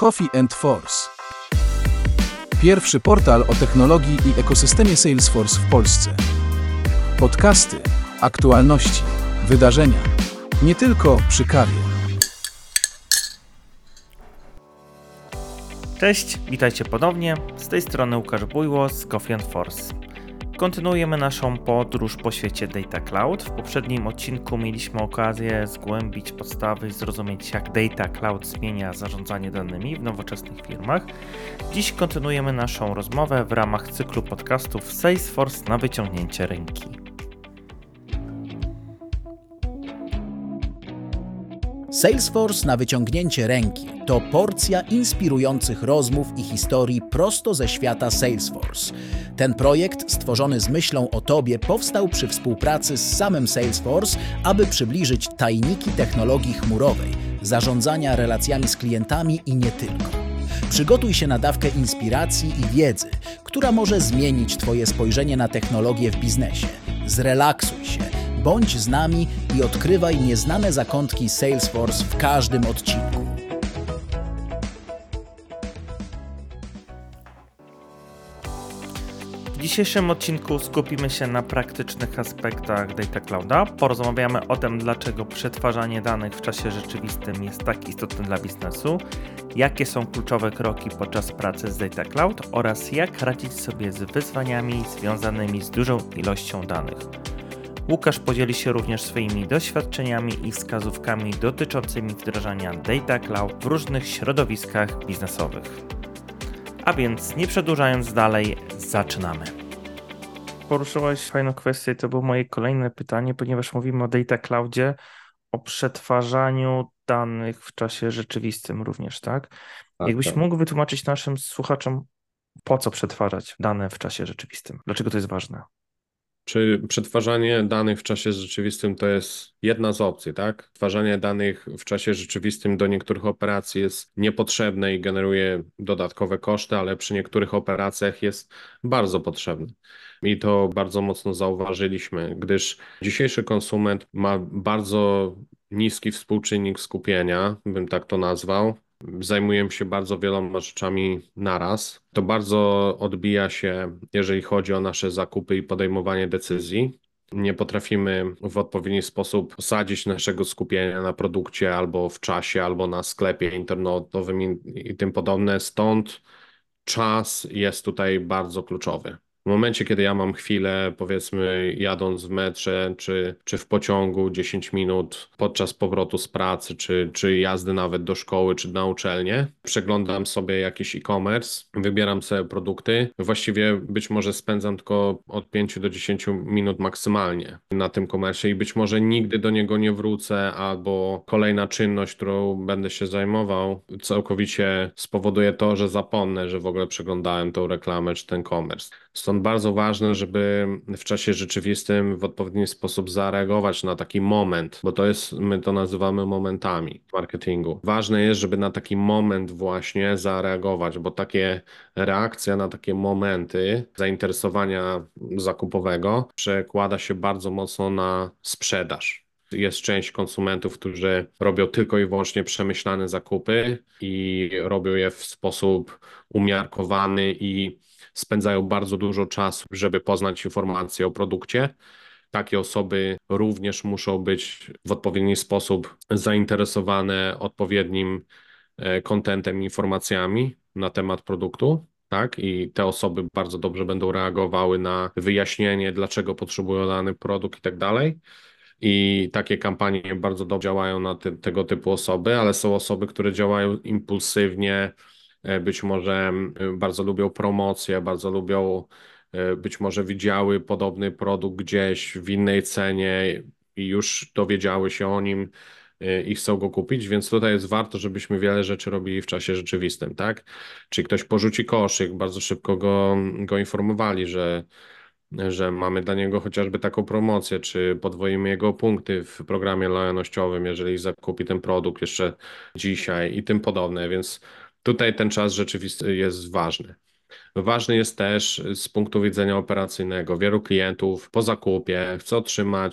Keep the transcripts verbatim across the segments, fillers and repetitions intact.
Coffee and Force. Pierwszy portal o technologii i ekosystemie Salesforce w Polsce. Podcasty, aktualności, wydarzenia. Nie tylko przy kawie. Cześć, witajcie ponownie. Z tej strony Łukasz Bujło z Coffee and Force. Kontynuujemy naszą podróż po świecie Data Cloud. W poprzednim odcinku mieliśmy okazję zgłębić podstawy i zrozumieć, jak Data Cloud zmienia zarządzanie danymi w nowoczesnych firmach. Dziś kontynuujemy naszą rozmowę w ramach cyklu podcastów Salesforce na wyciągnięcie ręki. Salesforce na wyciągnięcie ręki to porcja inspirujących rozmów i historii prosto ze świata Salesforce. Ten projekt, stworzony z myślą o Tobie, powstał przy współpracy z samym Salesforce, aby przybliżyć tajniki technologii chmurowej, zarządzania relacjami z klientami i nie tylko. Przygotuj się na dawkę inspiracji i wiedzy, która może zmienić Twoje spojrzenie na technologię w biznesie. Zrelaksuj się. Bądź z nami i odkrywaj nieznane zakątki Salesforce w każdym odcinku. W dzisiejszym odcinku skupimy się na praktycznych aspektach Data Clouda. Porozmawiamy o tym, dlaczego przetwarzanie danych w czasie rzeczywistym jest tak istotne dla biznesu, jakie są kluczowe kroki podczas pracy z Data Cloud oraz jak radzić sobie z wyzwaniami związanymi z dużą ilością danych. Łukasz podzieli się również swoimi doświadczeniami i wskazówkami dotyczącymi wdrażania Data Cloud w różnych środowiskach biznesowych. A więc nie przedłużając dalej, zaczynamy. Poruszyłeś fajną kwestię, to było moje kolejne pytanie, ponieważ mówimy o Data Cloudzie, o przetwarzaniu danych w czasie rzeczywistym również, tak? Tak, Jakbyś tak. mógł wytłumaczyć naszym słuchaczom, po co przetwarzać dane w czasie rzeczywistym? Dlaczego to jest ważne? Czy przetwarzanie danych w czasie rzeczywistym to jest jedna z opcji, tak? Przetwarzanie danych w czasie rzeczywistym do niektórych operacji jest niepotrzebne i generuje dodatkowe koszty, ale przy niektórych operacjach jest bardzo potrzebne. I to bardzo mocno zauważyliśmy, gdyż dzisiejszy konsument ma bardzo niski współczynnik skupienia, bym tak to nazwał. Zajmujemy się bardzo wieloma rzeczami naraz. To bardzo odbija się, jeżeli chodzi o nasze zakupy i podejmowanie decyzji. Nie potrafimy w odpowiedni sposób osadzić naszego skupienia na produkcie albo w czasie, albo na sklepie internetowym i, i tym podobne. Stąd czas jest tutaj bardzo kluczowy. W momencie, kiedy ja mam chwilę, powiedzmy, jadąc w metrze czy, czy w pociągu dziesięć minut podczas powrotu z pracy, czy, czy jazdy nawet do szkoły, czy na uczelnię, przeglądam sobie jakiś e-commerce, wybieram sobie produkty. Właściwie być może spędzam tylko od pięciu do dziesięciu minut maksymalnie na tym komercie i być może nigdy do niego nie wrócę, albo kolejna czynność, którą będę się zajmował, całkowicie spowoduje to, że zapomnę, że w ogóle przeglądałem tą reklamę czy ten commerce. Stąd bardzo ważne, żeby w czasie rzeczywistym w odpowiedni sposób zareagować na taki moment, bo to jest, my to nazywamy momentami w marketingu. Ważne jest, żeby na taki moment właśnie zareagować, bo takie reakcja na takie momenty zainteresowania zakupowego przekłada się bardzo mocno na sprzedaż. Jest część konsumentów, którzy robią tylko i wyłącznie przemyślane zakupy i robią je w sposób umiarkowany i spędzają bardzo dużo czasu, żeby poznać informacje o produkcie. Takie osoby również muszą być w odpowiedni sposób zainteresowane odpowiednim kontentem, informacjami na temat produktu. Tak? I te osoby bardzo dobrze będą reagowały na wyjaśnienie, dlaczego potrzebują dany produkt i tak dalej. I takie kampanie bardzo dobrze działają na te, tego typu osoby, ale są osoby, które działają impulsywnie, być może bardzo lubią promocje, bardzo lubią, być może widziały podobny produkt gdzieś w innej cenie i już dowiedziały się o nim i chcą go kupić, więc tutaj jest warto, żebyśmy wiele rzeczy robili w czasie rzeczywistym, tak? Czyli ktoś porzuci koszyk, bardzo szybko go, go informowali, że że mamy dla niego chociażby taką promocję, czy podwoimy jego punkty w programie lojalnościowym, jeżeli zakupi ten produkt jeszcze dzisiaj i tym podobne, więc tutaj ten czas rzeczywiście jest ważny. Ważny jest też z punktu widzenia operacyjnego. Wielu klientów po zakupie chce otrzymać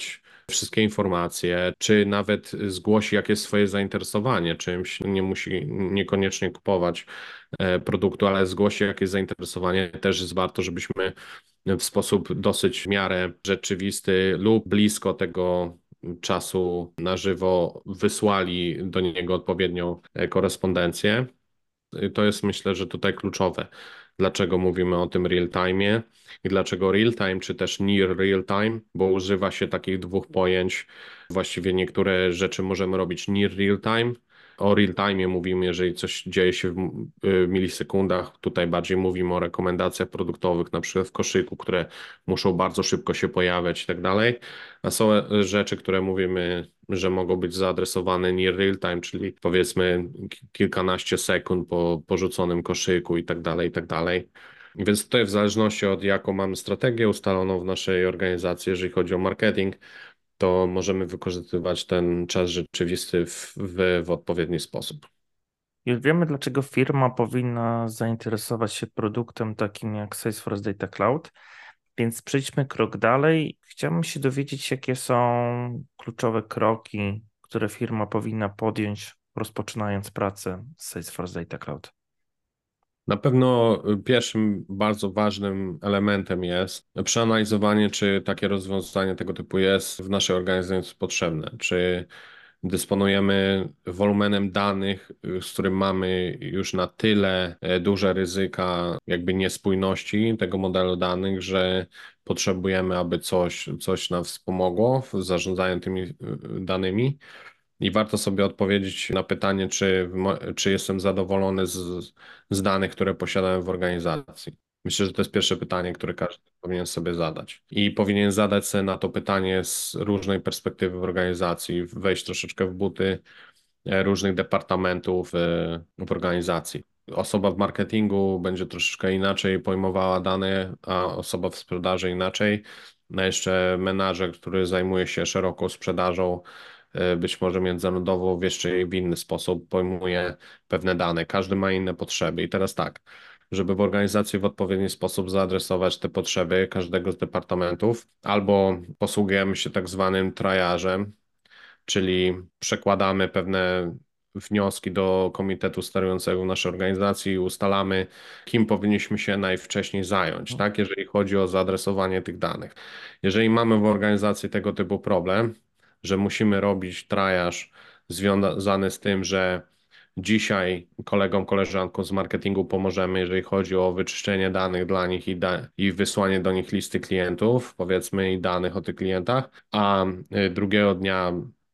wszystkie informacje, czy nawet zgłosi, jakie jest swoje zainteresowanie czymś. Nie musi niekoniecznie kupować produktu, ale zgłosi jakieś zainteresowanie. Też jest warto, żebyśmy w sposób dosyć w miarę rzeczywisty lub blisko tego czasu na żywo wysłali do niego odpowiednią korespondencję. To jest, myślę, że tutaj kluczowe. Dlaczego mówimy o tym real time i dlaczego real time, czy też near real time, bo używa się takich dwóch pojęć. Właściwie niektóre rzeczy możemy robić near real time. O real time mówimy, jeżeli coś dzieje się w milisekundach. Tutaj bardziej mówimy o rekomendacjach produktowych, na przykład w koszyku, które muszą bardzo szybko się pojawiać i tak dalej. A są rzeczy, które mówimy, że mogą być zaadresowane near real time, czyli powiedzmy kilkanaście sekund po porzuconym koszyku i tak dalej, i tak dalej. Więc tutaj w zależności od jaką mamy strategię ustaloną w naszej organizacji, jeżeli chodzi o marketing, to możemy wykorzystywać ten czas rzeczywisty w, w, w odpowiedni sposób. Już wiemy, dlaczego firma powinna zainteresować się produktem takim jak Salesforce Data Cloud, więc przejdźmy krok dalej. Chciałbym się dowiedzieć, jakie są kluczowe kroki, które firma powinna podjąć, rozpoczynając pracę z Salesforce Data Cloud. Na pewno pierwszym bardzo ważnym elementem jest przeanalizowanie, czy takie rozwiązanie tego typu jest w naszej organizacji potrzebne, czy dysponujemy wolumenem danych, z którym mamy już na tyle duże ryzyka jakby niespójności tego modelu danych, że potrzebujemy, aby coś, coś nam wspomogło w zarządzaniu tymi danymi. I warto sobie odpowiedzieć na pytanie, czy, czy jestem zadowolony z, z danych, które posiadam w organizacji. Myślę, że to jest pierwsze pytanie, które każdy powinien sobie zadać. I powinien zadać sobie na to pytanie z różnej perspektywy w organizacji, wejść troszeczkę w buty różnych departamentów w organizacji. Osoba w marketingu będzie troszeczkę inaczej pojmowała dane, a osoba w sprzedaży inaczej. No jeszcze menadżer, który zajmuje się szeroką sprzedażą, być może międzynarodowo, w jeszcze w inny sposób pojmuje pewne dane. Każdy ma inne potrzeby. I teraz tak, żeby w organizacji w odpowiedni sposób zaadresować te potrzeby każdego z departamentów, albo posługujemy się tak zwanym triażem, czyli przekładamy pewne wnioski do komitetu sterującego naszej organizacji i ustalamy, kim powinniśmy się najwcześniej zająć, tak, jeżeli chodzi o zaadresowanie tych danych. Jeżeli mamy w organizacji tego typu problem, że musimy robić triaż związany z tym, że dzisiaj kolegom, koleżankom z marketingu pomożemy, jeżeli chodzi o wyczyszczenie danych dla nich i, da i wysłanie do nich listy klientów, powiedzmy, i danych o tych klientach, a drugiego dnia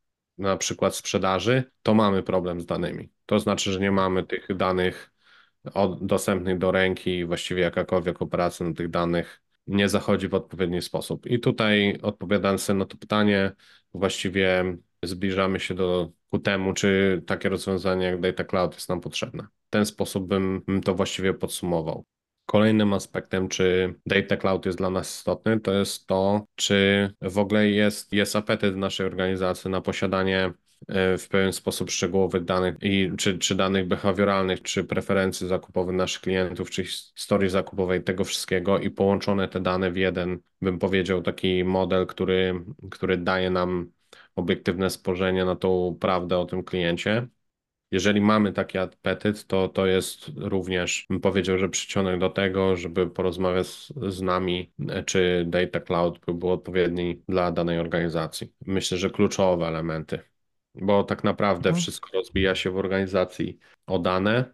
na przykład sprzedaży, to mamy problem z danymi. To znaczy, że nie mamy tych danych od, dostępnych do ręki, właściwie jakakolwiek operacja na tych danych nie zachodzi w odpowiedni sposób. I tutaj, odpowiadając sobie na to pytanie, właściwie zbliżamy się do, ku temu, czy takie rozwiązanie jak Data Cloud jest nam potrzebne. W ten sposób bym, bym to właściwie podsumował. Kolejnym aspektem, czy Data Cloud jest dla nas istotny, to jest to, czy w ogóle jest, jest apetyt w naszej organizacji na posiadanie w pewien sposób szczegółowych danych i czy, czy danych behawioralnych, czy preferencji zakupowych naszych klientów, czy historii zakupowej, tego wszystkiego i połączone te dane w jeden, bym powiedział, taki model, który, który daje nam obiektywne spojrzenie na tą prawdę o tym kliencie. Jeżeli mamy taki apetyt, to to jest również, bym powiedział, że przyczynek do tego, żeby porozmawiać z, z nami, czy Data Cloud był odpowiedni dla danej organizacji. Myślę, że kluczowe elementy, bo tak naprawdę mhm. wszystko rozbija się w organizacji o dane,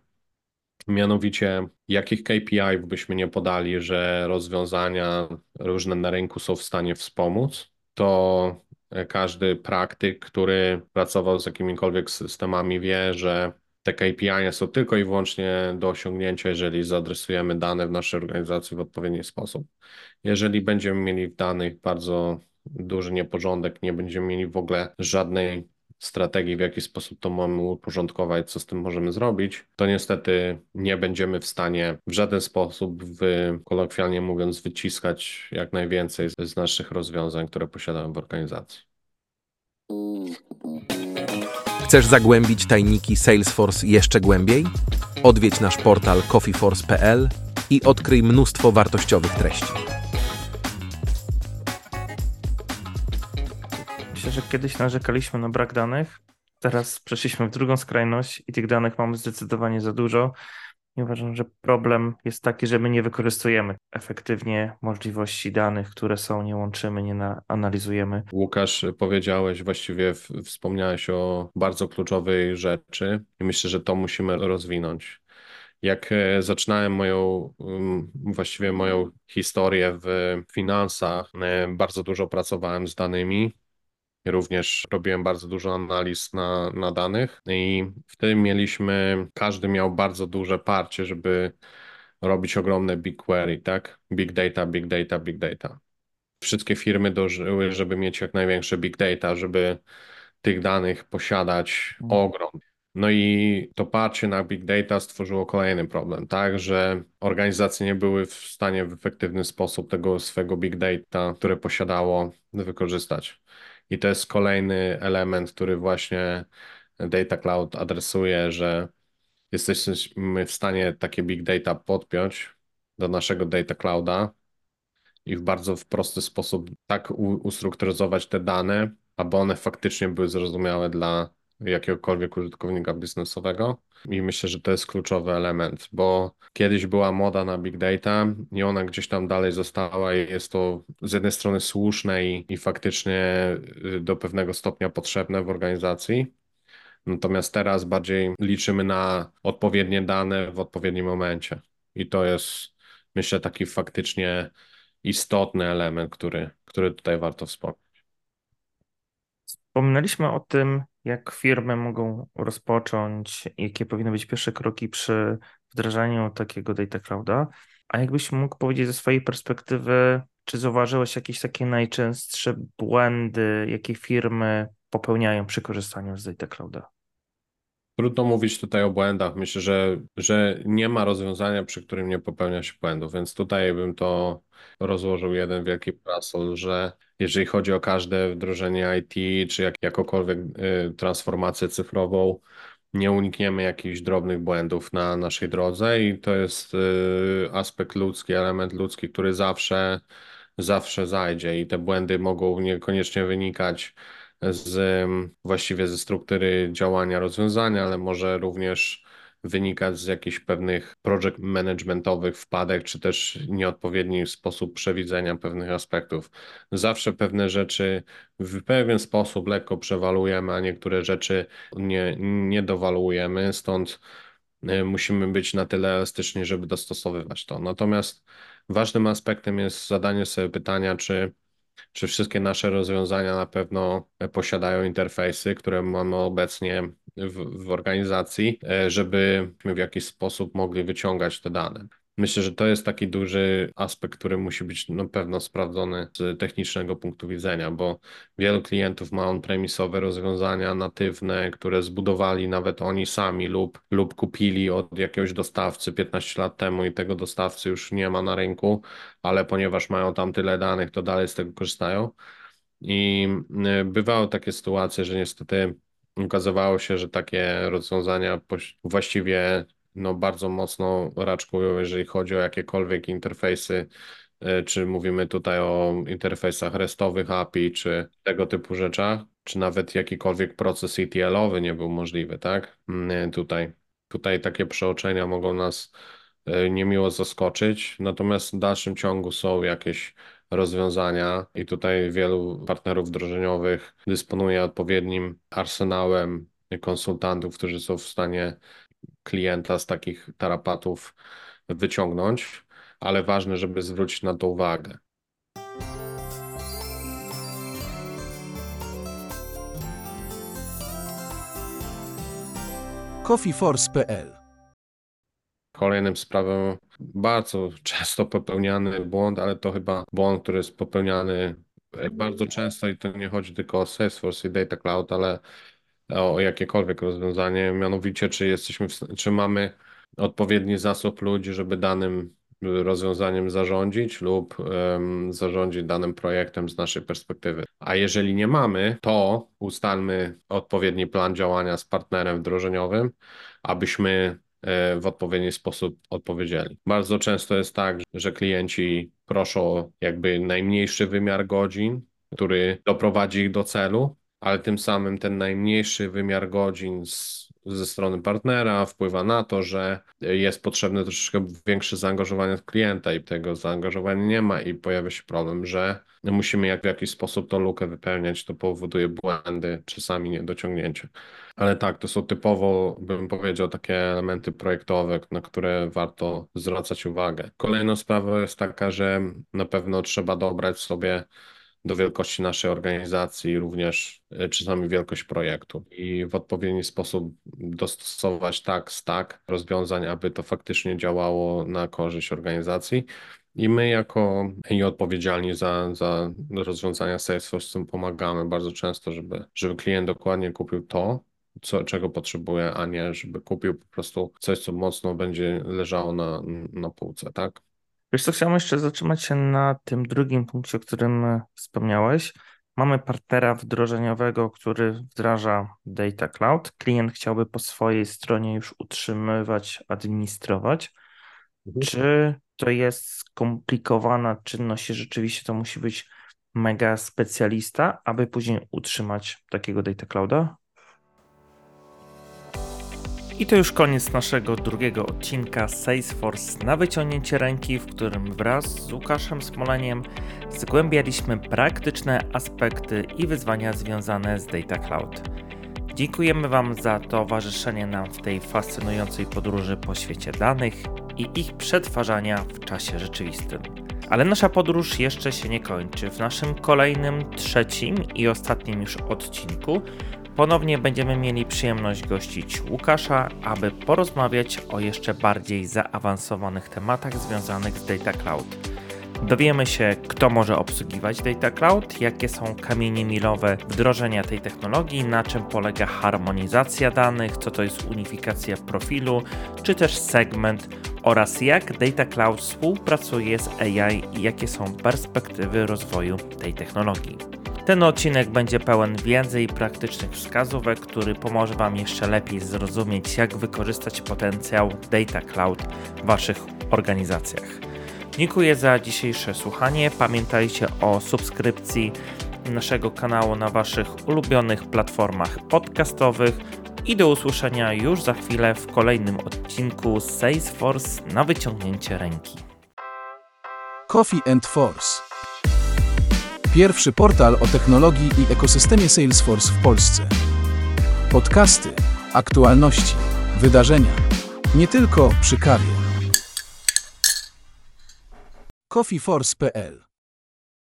mianowicie jakich K P I byśmy nie podali, że rozwiązania różne na rynku są w stanie wspomóc, to każdy praktyk, który pracował z jakimikolwiek systemami, wie, że te K P I są tylko i wyłącznie do osiągnięcia, jeżeli zaadresujemy dane w naszej organizacji w odpowiedni sposób. Jeżeli będziemy mieli w danych bardzo duży nieporządek, nie będziemy mieli w ogóle żadnej strategii, w jaki sposób to mamy uporządkować, co z tym możemy zrobić, to niestety nie będziemy w stanie w żaden sposób, w, kolokwialnie mówiąc, wyciskać jak najwięcej z naszych rozwiązań, które posiadamy w organizacji. Chcesz zagłębić tajniki Salesforce jeszcze głębiej? Odwiedź nasz portal coffee force kropka p l i odkryj mnóstwo wartościowych treści. się, że kiedyś narzekaliśmy na brak danych, teraz przeszliśmy w drugą skrajność i tych danych mamy zdecydowanie za dużo. I uważam, że problem jest taki, że my nie wykorzystujemy efektywnie możliwości danych, które są, nie łączymy, nie na- analizujemy. Łukasz, powiedziałeś, właściwie w, wspomniałeś o bardzo kluczowej rzeczy i myślę, że to musimy rozwinąć. Jak e, zaczynałem moją, um, właściwie moją historię w finansach, e, bardzo dużo pracowałem z danymi. Również robiłem bardzo dużo analiz na, na danych i wtedy mieliśmy, każdy miał bardzo duże parcie, żeby robić ogromne big query, tak? Big data, big data, big data. Wszystkie firmy dążyły, żeby mieć jak największe big data, żeby tych danych posiadać ogrom. No i to parcie na big data stworzyło kolejny problem, tak, że organizacje nie były w stanie w efektywny sposób tego swego big data, które posiadało, wykorzystać. I to jest kolejny element, który właśnie Data Cloud adresuje, że jesteśmy w stanie takie big data podpiąć do naszego Data Clouda i w bardzo w prosty sposób tak u- ustrukturyzować te dane, aby one faktycznie były zrozumiałe dla jakiegokolwiek użytkownika biznesowego. I myślę, że to jest kluczowy element, bo kiedyś była moda na big data i ona gdzieś tam dalej została i jest to z jednej strony słuszne i, i faktycznie y, do pewnego stopnia potrzebne w organizacji. Natomiast teraz bardziej liczymy na odpowiednie dane w odpowiednim momencie. I to jest, myślę, taki faktycznie istotny element, który, który tutaj warto wspomnieć. Wspominaliśmy o tym, jak firmy mogą rozpocząć, jakie powinny być pierwsze kroki przy wdrażaniu takiego data clouda. A jakbyś mógł powiedzieć ze swojej perspektywy, czy zauważyłeś jakieś takie najczęstsze błędy, jakie firmy popełniają przy korzystaniu z data clouda? Trudno mówić tutaj o błędach. Myślę, że, że nie ma rozwiązania, przy którym nie popełnia się błędów, więc tutaj bym to rozłożył jeden wielki parasol, że jeżeli chodzi o każde wdrożenie I T, czy jak, jakokolwiek y, transformację cyfrową, nie unikniemy jakichś drobnych błędów na naszej drodze i to jest y, aspekt ludzki, element ludzki, który zawsze, zawsze zajdzie i te błędy mogą niekoniecznie wynikać z właściwie ze struktury działania rozwiązania, ale może również wynikać z jakichś pewnych project managementowych wpadek, czy też nieodpowiedni sposób przewidzenia pewnych aspektów. Zawsze pewne rzeczy w pewien sposób lekko przewalujemy, a niektóre rzeczy nie, nie dowaluujemy, stąd y, musimy być na tyle elastyczni, żeby dostosowywać to. Natomiast ważnym aspektem jest zadanie sobie pytania, czy czy wszystkie nasze rozwiązania na pewno posiadają interfejsy, które mamy obecnie w, w organizacji, e, żebyśmy w jakiś sposób mogli wyciągać te dane. Myślę, że to jest taki duży aspekt, który musi być na pewno sprawdzony z technicznego punktu widzenia, bo wielu klientów ma on-premisowe rozwiązania natywne, które zbudowali nawet oni sami lub, lub kupili od jakiegoś dostawcy piętnaście lat temu i tego dostawcy już nie ma na rynku, ale ponieważ mają tam tyle danych, to dalej z tego korzystają. I y, bywały takie sytuacje, że niestety okazywało się, że takie rozwiązania poś- właściwie no, bardzo mocno raczkują, jeżeli chodzi o jakiekolwiek interfejsy, y, czy mówimy tutaj o interfejsach restowych A P I, czy tego typu rzeczach, czy nawet jakikolwiek proces E T L-owy nie był możliwy, tak? Y, Tutaj, tutaj takie przeoczenia mogą nas y, niemiło zaskoczyć, natomiast w dalszym ciągu są jakieś rozwiązania i tutaj wielu partnerów wdrożeniowych dysponuje odpowiednim arsenałem konsultantów, którzy są w stanie klienta z takich tarapatów wyciągnąć, ale ważne, żeby zwrócić na to uwagę. coffee force kropka p l. Kolejnym sprawą bardzo często popełniany błąd, ale to chyba błąd, który jest popełniany bardzo często i to nie chodzi tylko o Salesforce i Data Cloud, ale o jakiekolwiek rozwiązanie, mianowicie czy jesteśmy, w, czy mamy odpowiedni zasób ludzi, żeby danym rozwiązaniem zarządzić lub um, zarządzić danym projektem z naszej perspektywy. A jeżeli nie mamy, to ustalmy odpowiedni plan działania z partnerem wdrożeniowym, abyśmy e, w odpowiedni sposób odpowiedzieli. Bardzo często jest tak, że klienci proszą o jakby najmniejszy wymiar godzin, który doprowadzi ich do celu, ale tym samym ten najmniejszy wymiar godzin z, ze strony partnera wpływa na to, że jest potrzebne troszeczkę większe zaangażowanie od klienta i tego zaangażowania nie ma i pojawia się problem, że musimy jak w jakiś sposób tą lukę wypełniać, to powoduje błędy, czasami niedociągnięcie. Ale tak, to są typowo, bym powiedział, takie elementy projektowe, na które warto zwracać uwagę. Kolejną sprawą jest taka, że na pewno trzeba dobrać sobie do wielkości naszej organizacji, również czasami wielkość projektu i w odpowiedni sposób dostosować tak, stack rozwiązań, aby to faktycznie działało na korzyść organizacji. I my jako i odpowiedzialni za, za rozwiązania Salesforce z tym pomagamy bardzo często, żeby, żeby klient dokładnie kupił to, co, czego potrzebuje, a nie żeby kupił po prostu coś, co mocno będzie leżało na, na półce, tak? Wiesz co, chciałem jeszcze zatrzymać się na tym drugim punkcie, o którym wspomniałeś. Mamy partnera wdrożeniowego, który wdraża Data Cloud. Klient chciałby po swojej stronie już utrzymywać, administrować. Mhm. Czy to jest skomplikowana czynność i rzeczywiście to musi być mega specjalista, aby później utrzymać takiego Data Clouda? I to już koniec naszego drugiego odcinka Salesforce na wyciągnięcie ręki, w którym wraz z Łukaszem Smoleniem zgłębialiśmy praktyczne aspekty i wyzwania związane z Data Cloud. Dziękujemy Wam za towarzyszenie nam w tej fascynującej podróży po świecie danych i ich przetwarzania w czasie rzeczywistym. Ale nasza podróż jeszcze się nie kończy. W naszym kolejnym, trzecim i ostatnim już odcinku ponownie będziemy mieli przyjemność gościć Łukasza, aby porozmawiać o jeszcze bardziej zaawansowanych tematach związanych z Data Cloud. Dowiemy się, kto może obsługiwać Data Cloud, jakie są kamienie milowe wdrożenia tej technologii, na czym polega harmonizacja danych, co to jest unifikacja profilu, czy też segment oraz jak Data Cloud współpracuje z A I i jakie są perspektywy rozwoju tej technologii. Ten odcinek będzie pełen wiedzy i praktycznych wskazówek, który pomoże Wam jeszcze lepiej zrozumieć, jak wykorzystać potencjał Data Cloud w Waszych organizacjach. Dziękuję za dzisiejsze słuchanie. Pamiętajcie o subskrypcji naszego kanału na Waszych ulubionych platformach podcastowych i do usłyszenia już za chwilę w kolejnym odcinku Salesforce na wyciągnięcie ręki. Coffee and Force. Pierwszy portal o technologii i ekosystemie Salesforce w Polsce. Podcasty, aktualności, wydarzenia. Nie tylko przy kawie. coffee force kropka p l